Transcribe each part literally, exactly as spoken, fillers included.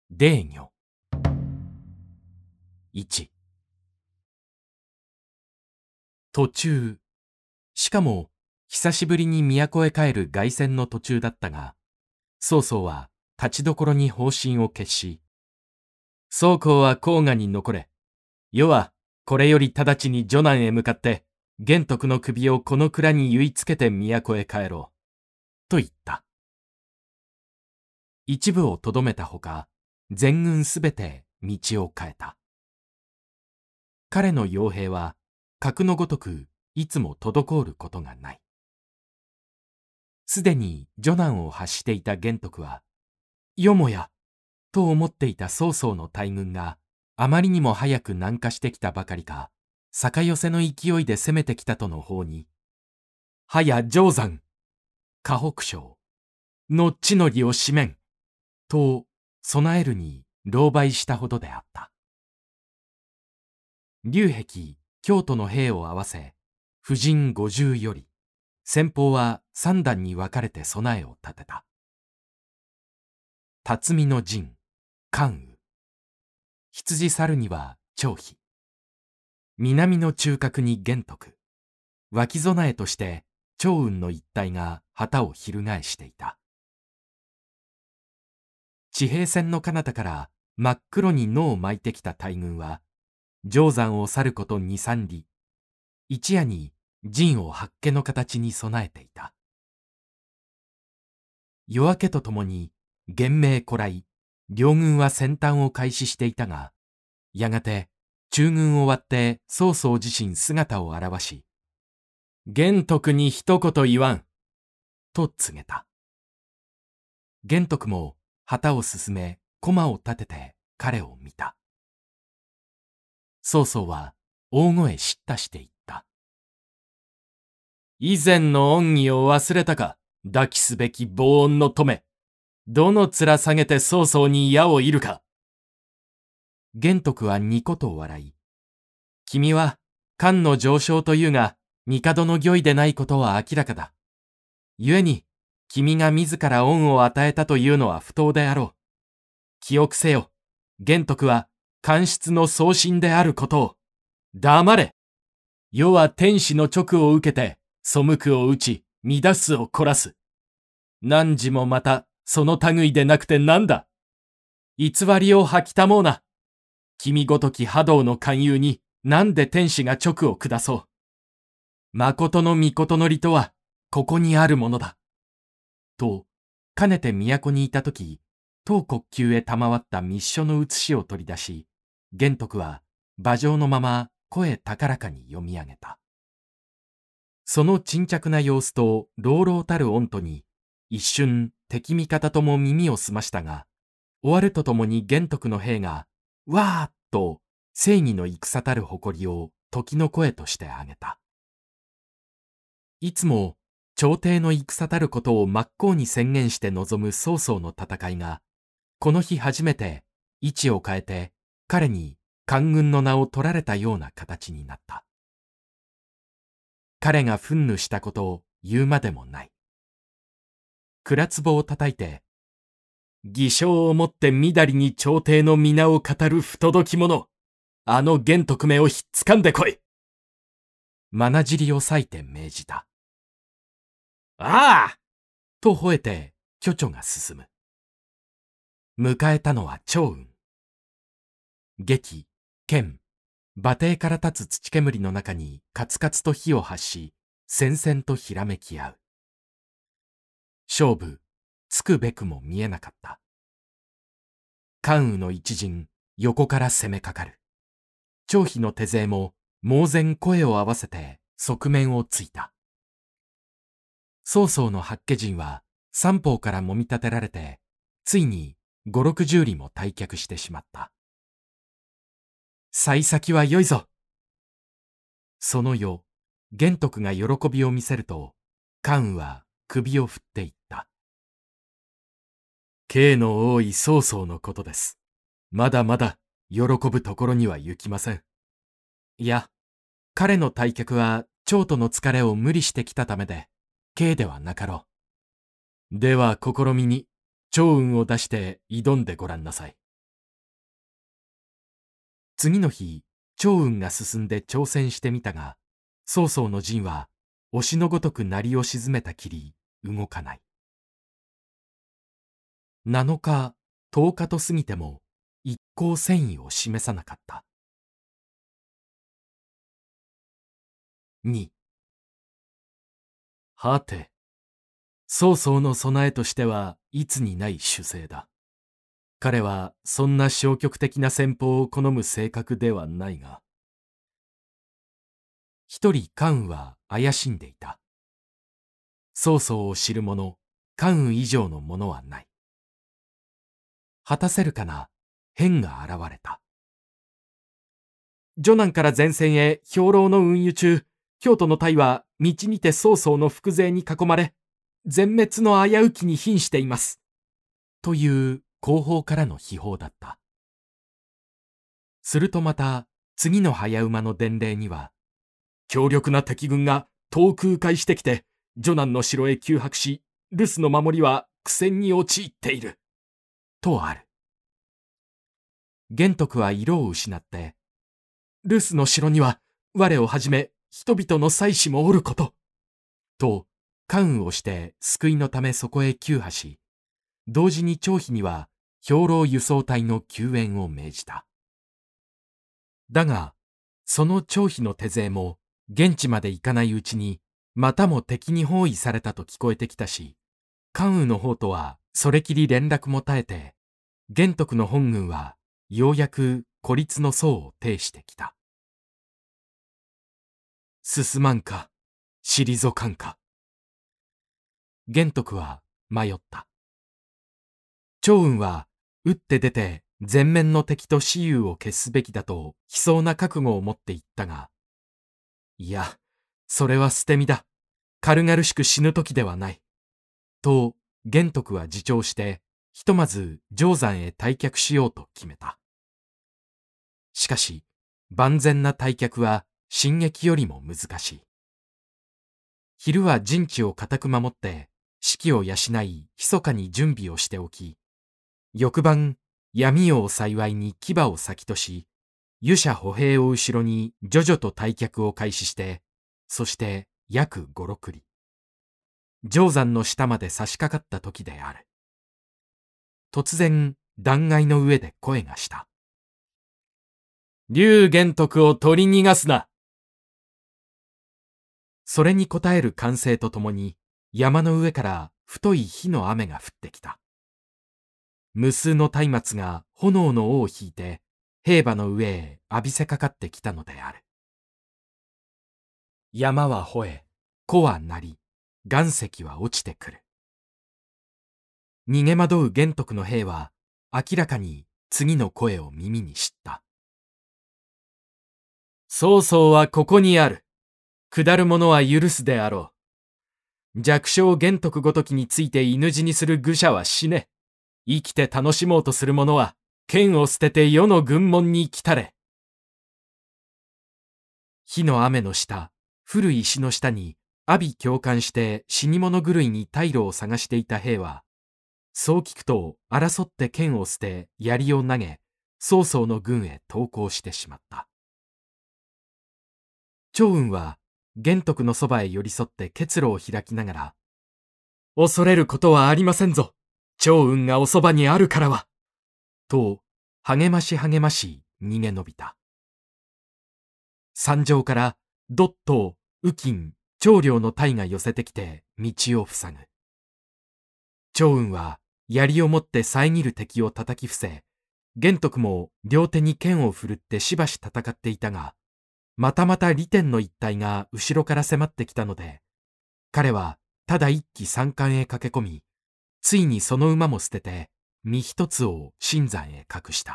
泥魚。いち。途中、しかも久しぶりに都へ帰る凱旋の途中だったが、曹操は立ちどころに方針を決し、曹公は黄河に残れ。余はこれより直ちに徐南へ向かって、玄徳の首をこの蔵に結いつけて都へ帰ろう。と言った。一部をとどめたほか、全軍すべて道を変えた。彼の傭兵は、格のごとくいつも滞ることがない。すでに徐南を発していた玄徳は、よもや、と思っていた曹操の大軍があまりにも早く南下してきたばかりか、逆寄せの勢いで攻めてきたとの方に、はや定山、河北省、の地の利をしめん、と備えるに狼狽したほどであった。劉壁、京都の兵を合わせ、布陣五十より、先鋒は三段に分かれて備えを立てた。辰巳の陣、関羽。羊猿には張飛。南の中核に玄徳。脇備えとして趙雲の一帯が旗を翻していた。地平線の彼方から真っ黒に野を巻いてきた大軍は、定山を去ること二三里、一夜に陣を八卦の形に備えていた。夜明けとともに厳明こらい、両軍は戦端を開始していたが、やがて中軍を割って曹操自身姿を現し、玄徳に一言言わん、と告げた。玄徳も旗を進め、駒を立てて彼を見た。曹操は大声叱咤して言った。以前の恩義を忘れたか、抱きすべき防音の止め。どの面下げて曹操に矢を射るか。玄徳はニコと笑い、君は官の上昇というが、帝の御意でないことは明らかだ。故に、君が自ら恩を与えたというのは不当であろう。記憶せよ、玄徳は官室の送信であることを。黙れ。世は天子の勅を受けて、背くを打ち、乱すを凝らす。汝もまた、その類でなくてなんだ。偽りを吐きたもうな。君ごとき波動の勧誘に、なんで天子が勅を下そう。誠の御事の利とは、ここにあるものだ。と、かねて都にいたとき、当国宮へ賜った密書の写しを取り出し、玄徳は馬上のまま声高らかに読み上げた。その沈着な様子と朗々たる音頭に、一瞬敵味方とも耳を澄ましたが、終わるとともに玄徳の兵が、わーっと正義の戦たる誇りを時の声としてあげた。いつも朝廷の戦たることを真っ向に宣言して臨む曹操の戦いが、この日初めて位置を変えて彼に官軍の名を取られたような形になった。彼が憤怒したことを言うまでもない。蔵壺を叩いて、偽証をもってみだりに朝廷の皆を語る不届き者、あの玄徳めをひっつかんでこい。まなじりを裂いて命じた。ああと吠えて、巨著が進む。迎えたのは趙雲。撃、剣、馬蹄から立つ土煙の中にカツカツと火を発し、戦々とひらめき合う。勝負、つくべくも見えなかった。関羽の一陣、横から攻めかかる。張飛の手勢も猛然声を合わせて側面をついた。曹操の八卦陣は三方からもみ立てられて、ついに五六十里も退却してしまった。幸先は良いぞ。その夜、玄徳が喜びを見せると、関羽は首を振っていった。敬の多い曹操のことです。まだまだ喜ぶところには行きません。いや、彼の退却は趙との疲れを無理してきたためで、敬ではなかろう。では試みに趙雲を出して挑んでごらんなさい。 次の日、趙雲が進んで挑戦してみたが、曹操の陣は押しのごとく鳴りを沈めたきり動かない。なのか、とおかと過ぎても一向戦意を示さなかった。に、はて、曹操の備えとしてはいつにない守勢だ。彼はそんな消極的な戦法を好む性格ではないが。一人関羽は怪しんでいた。曹操を知る者、関羽以上の者はない。果たせるかな、変が現れた。徐南から前線へ兵糧の運輸中、京都の隊は道にて曹操の複勢に囲まれ、全滅の危うきに瀕しています。という後方からの秘報だった。するとまた次の早馬の伝令には、強力な敵軍が遠く迂回してきて、徐南の城へ急迫し、留守の守りは苦戦に陥っている。とある。玄徳は色を失って、留守の城には我をはじめ人々の妻子もおること。と、関羽をして救いのためそこへ急破し、同時に張飛には兵糧輸送隊の救援を命じた。だが、その張飛の手勢も現地まで行かないうちに、またも敵に包囲されたと聞こえてきたし、関羽の方とはそれきり連絡も絶えて、玄徳の本軍はようやく孤立の層を呈してきた。進まんか、退かんか。玄徳は迷った。趙雲は打って出て前面の敵と雌雄を決すべきだと悲壮な覚悟を持って言ったが、いや、それは捨て身だ。軽々しく死ぬ時ではない。と玄徳は自重して、ひとまず定山へ退却しようと決めた。しかし、万全な退却は進撃よりも難しい。昼は陣地を固く守って、士気を養い、密かに準備をしておき、翌晩、闇夜を幸いに牙を先とし、輸車歩兵を後ろに徐々と退却を開始して、そして約五六里。定山の下まで差し掛かった時である。突然、断崖の上で声がした。劉玄徳を取り逃がすな。それに応える歓声とともに、山の上から太い火の雨が降ってきた。無数の松明が炎の尾を引いて、兵馬の上へ浴びせかかってきたのである。山は吠え、子は鳴り、岩石は落ちてくる。逃げ惑う玄徳の兵は、明らかに次の声を耳にした。曹操はここにある。下る者は許すであろう。弱小玄徳ごときについて犬死にする愚者は死ね。生きて楽しもうとする者は、剣を捨てて世の軍門に来たれ。火の雨の下、降る石の下に、阿鼻共感して死に物狂いに退路を探していた兵は、そう聞くと争って剣を捨て槍を投げ、曹操の軍へ投降してしまった。趙雲は玄徳のそばへ寄り添って結露を開きながら、恐れることはありませんぞ。趙雲がおそばにあるからは。と励まし励まし逃げ延びた。山上からドットウキン張遼の隊が寄せてきて道を塞ぐ。趙雲は槍を持って遮る敵を叩き伏せ、玄徳も両手に剣を振るってしばし戦っていたが、またまた利天の一隊が後ろから迫ってきたので、彼はただ一騎三冠へ駆け込み、ついにその馬も捨てて身一つを新山へ隠した。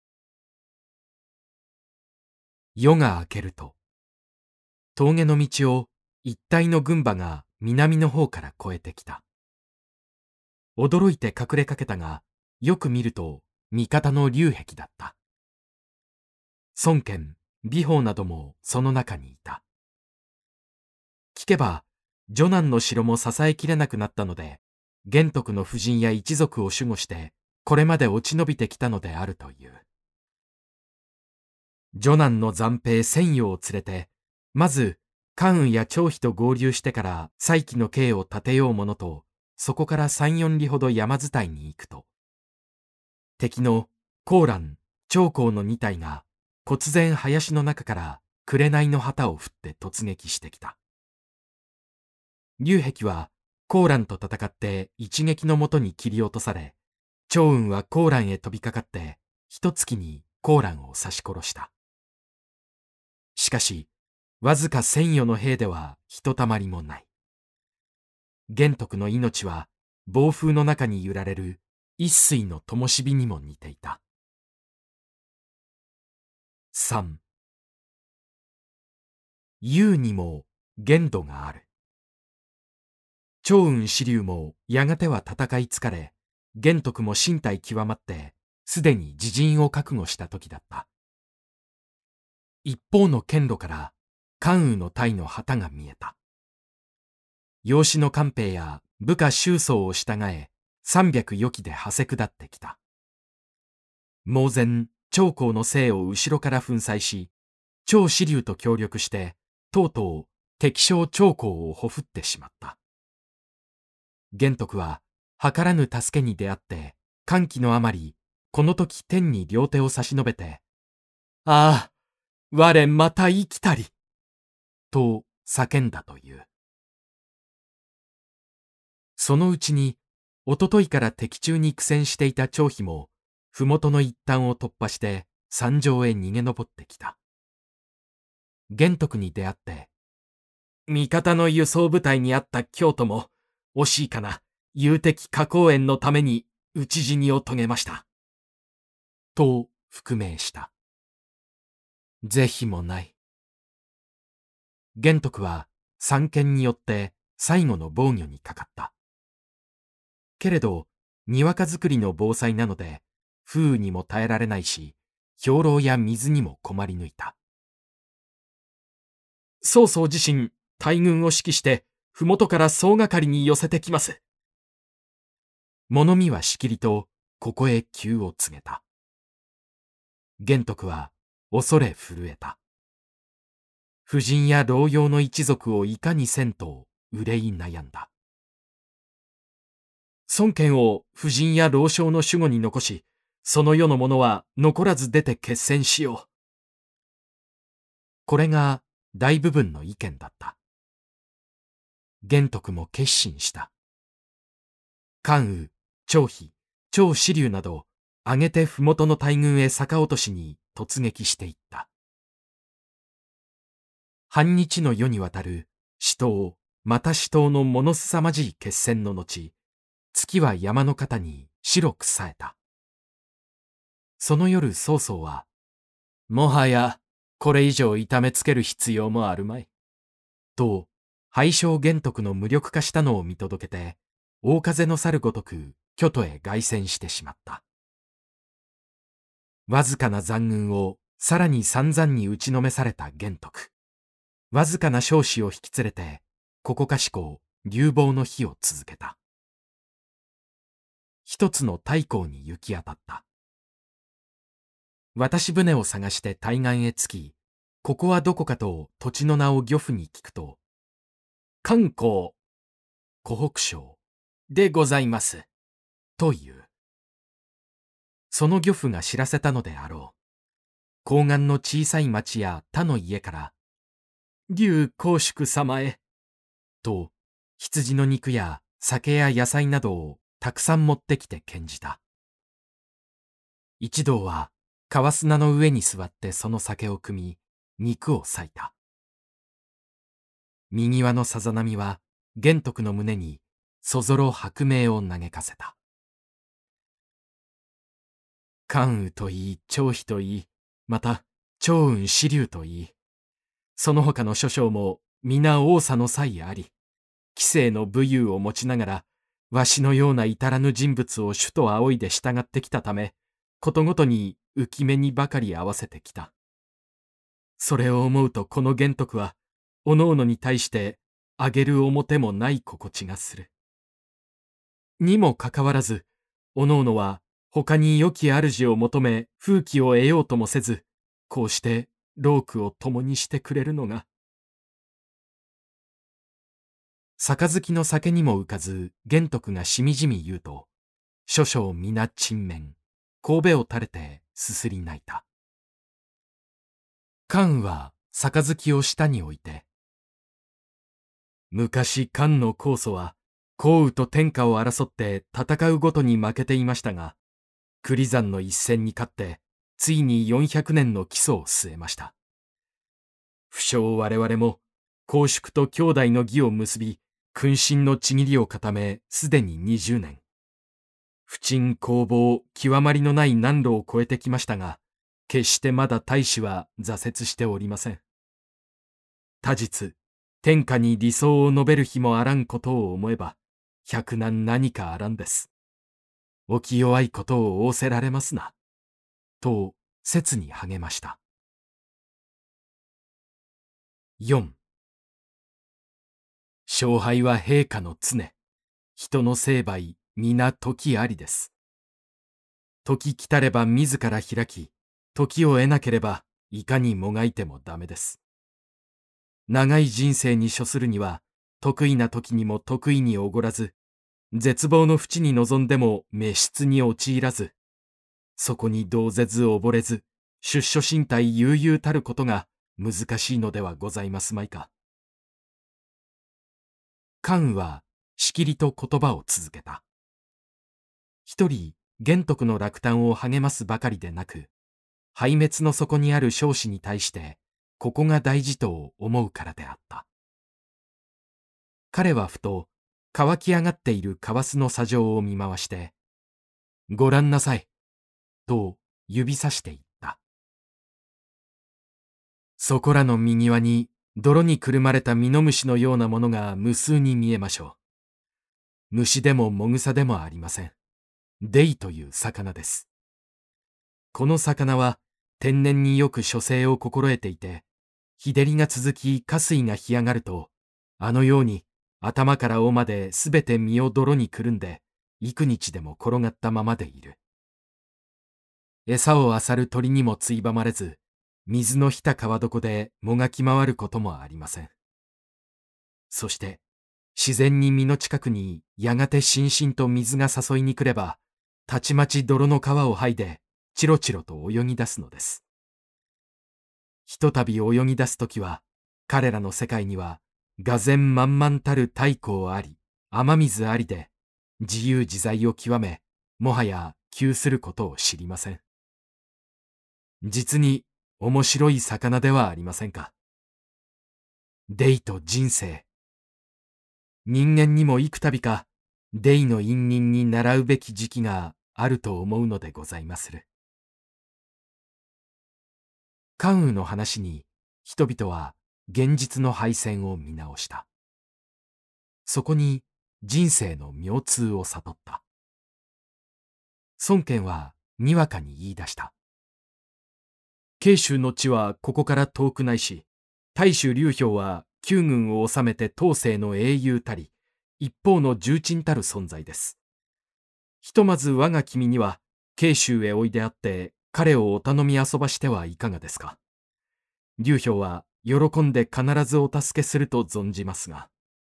夜が明けると、峠の道を一帯の軍馬が南の方から越えてきた。驚いて隠れかけたが、よく見ると味方の竜壁だった。孫権、美宝などもその中にいた。聞けば、徐南の城も支えきれなくなったので、玄徳の夫人や一族を守護して、これまで落ち延びてきたのであるという。 女男の残兵千余を連れて、まず関羽や張飛と合流してから再起の計を立てようものと、そこから三四里ほど山伝いに行くと、敵の高蘭、長江の二隊が忽然林の中から紅の旗を振って突撃してきた。劉壁は高蘭と戦って一撃のもとに切り落とされ、趙雲は高蘭へ飛びかかって一突に高蘭を刺し殺した。しかしわずか千余の兵ではひとたまりもない。玄徳の命は暴風の中に揺られる一水の灯火にも似ていた。さん。雄にも限度がある。趙雲子龍もやがては戦い疲れ、玄徳も身体極まってすでに自陣を覚悟した時だった。一方の剣路から関羽の隊の旗が見えた。養子の官兵や部下周宗を従え、三百余騎ではせ下ってきた。猛然長江の勢を後ろから粉砕し、趙子龍と協力してとうとう敵将長江をほふってしまった。玄徳は計らぬ助けに出会って歓喜のあまり、この時天に両手を差し伸べて、ああ、我また生きたりと叫んだという。そのうちにおとといから敵中に苦戦していた張飛も麓の一端を突破して山上へ逃げ上ってきた。玄徳に出会って、味方の輸送部隊にあった京都も惜しいかな勇敵花公園のために討ち死にを遂げましたと覆命した。是非もない。玄徳は三剣によって最後の防御にかかった。けれどにわか作りの防災なので風雨にも耐えられないし、兵糧や水にも困り抜いた。曹操自身大軍を指揮して麓から総がかりに寄せてきます。物見はしきりとここへ急を告げた。玄徳は恐れ震えた。婦人や老幼の一族をいかにせんと憂い悩んだ。孫権を婦人や老少の守護に残し、その世の者は残らず出て決戦しよう。これが大部分の意見だった。玄徳も決心した。関羽、張飛、張子龍など挙げて麓の大軍へ逆落としに突撃していった。半日の夜にわたる死闘また死闘のものすさまじい決戦の後、月は山の肩に白く冴えた。その夜曹操は、もはやこれ以上痛めつける必要もあるまい。と、敗将玄徳の無力化したのを見届けて、大風の去るごとく京都へ凱旋してしまった。わずかな残軍をさらに散々に打ちのめされた玄徳。わずかな少子を引き連れて、ここかしこ流亡の日を続けた。一つの太閤に行き当たった。渡し船を探して対岸へ着き、ここはどこかと土地の名を漁夫に聞くと、関公、湖北省でございます、という。その漁夫が知らせたのであろう。港岸の小さい町や他の家から、劉公祝様へ、と羊の肉や酒や野菜などをたくさん持ってきて献じた。一同は川砂の上に座ってその酒を汲み、肉を裂いた。右輪のさざ波は玄徳の胸にそぞろ薄命を嘆かせた。関羽といい張飛といい、また趙雲子龍といい、その他の諸将も皆王差の才あり、貴勢の武勇を持ちながら、わしのような至らぬ人物を主と仰いで従ってきたため、ことごとに浮き目にばかり合わせてきた。それを思うとこの玄徳は、おのおのに対してあげる表もない心地がする。にもかかわらず、おのおのは他に良き主を求め風紀を得ようともせず、 こうして労苦を共にしてくれるのが。杯の酒にも浮かず玄徳がしみじみ言うと、諸々皆沈面、神戸を垂れてすすり泣いた。関羽は杯を下に置いて、昔関の高祖は項羽と天下を争って戦うごとに負けていましたが、栗山の一戦に勝ってついによんひゃくねんの基礎を据えました。不肖我々も公祝と兄弟の義を結び、君臣のちぎりを固めすでににじゅうねん。不沈攻防極まりのない難路を越えてきましたが、決してまだ大使は挫折しておりません。他日天下に理想を述べる日もあらんことを思えば、百難何かあらんです。お気弱いことを仰せられますな。と切に励ました。よん. 勝敗は陛下の常、人の成敗皆時ありです。時来たれば自ら開き、時を得なければいかにもがいてもダメです。長い人生に処するには、得意な時にも得意におごらず、絶望の淵に臨んでも滅失に陥らず、そこに動ぜず溺れず、出所身体悠々たることが難しいのではございますまいか。関羽はしきりと言葉を続けた。一人玄徳の落胆を励ますばかりでなく、敗滅の底にある彰子に対してここが大事と思うからであった。彼はふと乾き上がっているカワスの砂上を見回して、ご覧なさい、と指さして言った。そこらの右輪に泥にくるまれたミノムシのようなものが無数に見えましょう。虫でももぐさでもありません。デイという魚です。この魚は天然によく処世を心得ていて、日照りが続き下水が干上がると、あのように頭から尾まですべて身を泥にくるんで、幾日でも転がったままでいる。餌を漁る鳥にもついばまれず、水のひた川床でもがき回ることもありません。そして自然に身の近くにやがてしんしんと水が誘いに来れば、たちまち泥の川を這いでチロチロと泳ぎ出すのです。ひとたび泳ぎ出すときは、彼らの世界には俄然満々たる太閤あり雨水ありで、自由自在を極め、もはや窮することを知りません。実に面白い魚ではありませんか。デイと人生。人間にも幾度かデイの因人に習うべき時期があると思うのでございまする。関羽の話に人々は現実の敗戦を見直した。そこに人生の妙痛を悟った。孫権はにわかに言い出した。慶州の地はここから遠くないし、大衆劉氷は旧軍を治めて東西の英雄たり、一方の重鎮たる存在です。ひとまず我が君には慶州へおいであって彼をお頼み遊ばしてはいかがですか。劉氷は喜んで必ずお助けすると存じますが。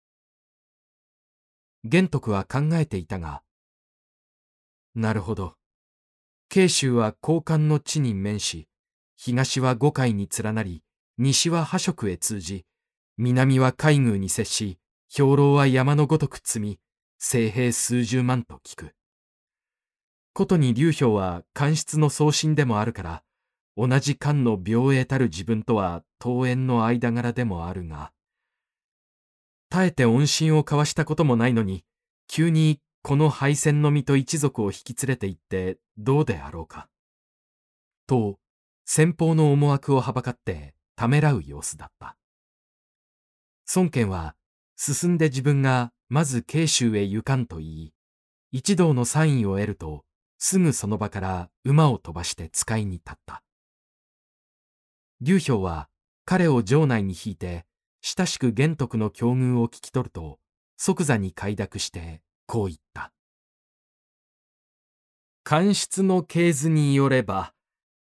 玄徳は考えていたが、なるほど。慶州は交換の地に面し、東は五海に連なり、西は覇職へ通じ、南は海宮に接し、兵糧は山のごとく積み、精兵数十万と聞く。ことに劉氷は官室の宗親でもあるから、同じ官の病栄たる自分とは遠縁の間柄でもあるが、絶えて恩信を交わしたこともないのに、急にこの敗戦の身と一族を引き連れて行ってどうであろうか。と、先方の思惑をはばかってためらう様子だった。孫権は進んで自分がまず慶州へ行かんと言い、一同のサインを得ると、すぐその場から馬を飛ばして使いに立った。劉氷は彼を城内に引いて、親しく玄徳の境遇を聞き取ると、即座に快諾してこう言った。官室の系図によれば、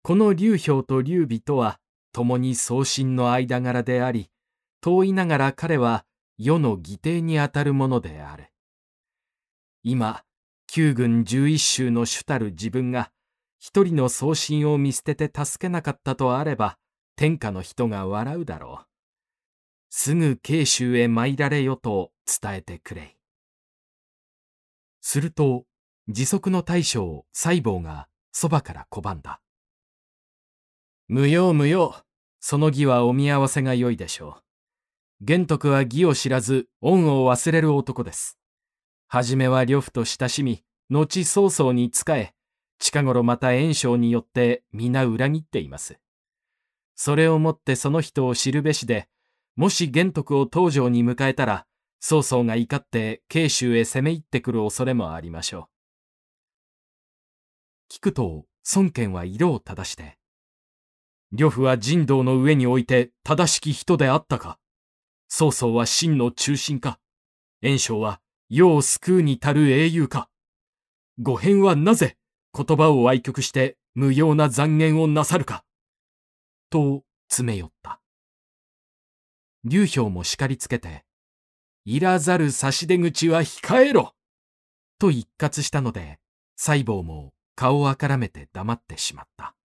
この劉氷と劉備とは共に宗親の間柄であり、遠いながら彼は世の義弟にあたるものである。今、九軍十一州の主たる自分が一人の宗親を見捨てて助けなかったとあれば、天下の人が笑うだろう。すぐ慶州へ参られよと伝えてくれい。すると、時速の大将西郷がそばから拒んだ。無用無用、その義はお見合わせがよいでしょう。玄徳は義を知らず恩を忘れる男です。はじめは呂布と親しみ、後曹操に仕え、近頃また袁紹によって皆裏切っています。それをもってその人を知るべしで、もし玄徳を東条に迎えたら、曹操が怒って慶州へ攻め入ってくる恐れもありましょう。聞くと孫権は色を正して、呂布は人道の上において正しき人であったか。曹操は真の忠臣か。袁紹は世を救うに足る英雄か。御辺はなぜ言葉を歪曲して無用な讒言をなさるか。と詰め寄った。劉氷も叱りつけて、いらざる差し出口は控えろと一喝したので、西郷も顔をあからめて黙ってしまった。